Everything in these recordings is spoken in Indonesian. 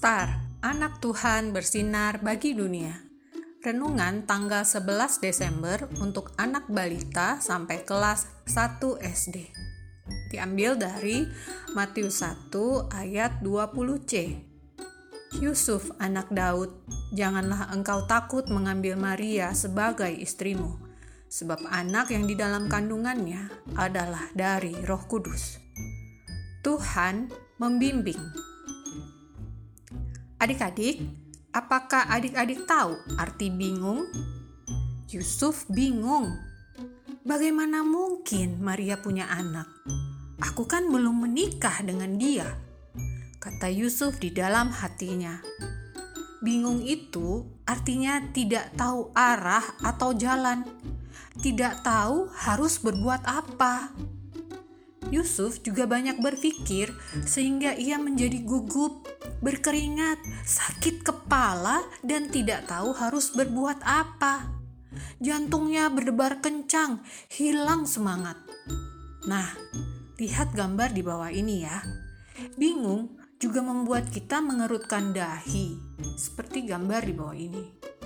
Star, anak Tuhan bersinar bagi dunia. Renungan tanggal 11 Desember untuk anak balita sampai kelas 1 SD. Diambil dari Matius 1 ayat 20c. Yusuf, anak Daud, janganlah engkau takut mengambil Maria sebagai istrimu, sebab anak yang di dalam kandungannya adalah dari Roh Kudus. Tuhan membimbing. Adik-adik, apakah adik-adik tahu arti bingung? Yusuf bingung. Bagaimana mungkin Maria punya anak? Aku kan belum menikah dengan dia, kata Yusuf di dalam hatinya. Bingung itu artinya tidak tahu arah atau jalan, tidak tahu harus berbuat apa. Yusuf juga banyak berpikir sehingga ia menjadi gugup, berkeringat, sakit kepala, dan tidak tahu harus berbuat apa. Jantungnya berdebar kencang, hilang semangat. Nah, lihat gambar di bawah ini ya. Bingung juga membuat kita mengerutkan dahi, seperti gambar di bawah ini.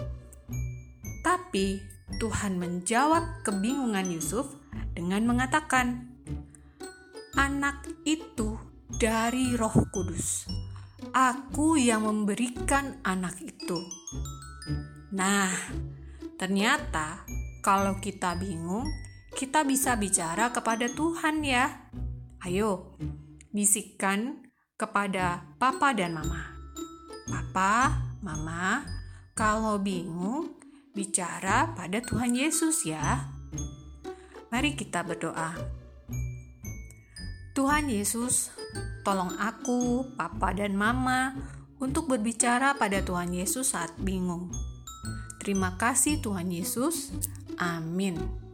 Tapi Tuhan menjawab kebingungan Yusuf dengan mengatakan, anak itu dari Roh Kudus. Aku yang memberikan anak itu. Nah, ternyata kalau kita bingung, kita bisa bicara kepada Tuhan ya. Ayo, bisikkan kepada Papa dan Mama. Papa, Mama, kalau bingung, bicara pada Tuhan Yesus ya. Mari kita berdoa. Tuhan Yesus, tolong aku, Papa dan Mama untuk berbicara pada Tuhan Yesus saat bingung. Terima kasih Tuhan Yesus. Amin.